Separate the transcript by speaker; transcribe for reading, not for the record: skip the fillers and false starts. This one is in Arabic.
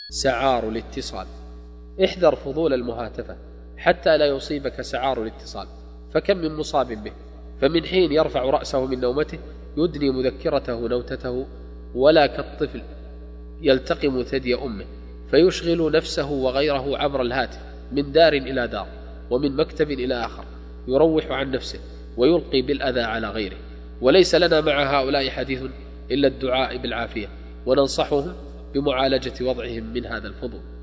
Speaker 1: سعار الاتصال. احذر فضول المهاتفة حتى لا يصيبك سعار الاتصال، فكم من مصاب به، فمن حين يرفع رأسه من نومته يدني مذكرته نوتته، ولا كالطفل يلتقم ثدي أمه فيشغل نفسه وغيره عبر الهاتف من دار إلى دار ومن مكتب إلى آخر، يروح عن نفسه ويلقي بالأذى على غيره. وليس لنا مع هؤلاء حديث إلا الدعاء بالعافية، وننصحهم بمعالجة وضعهم من هذا الفضول.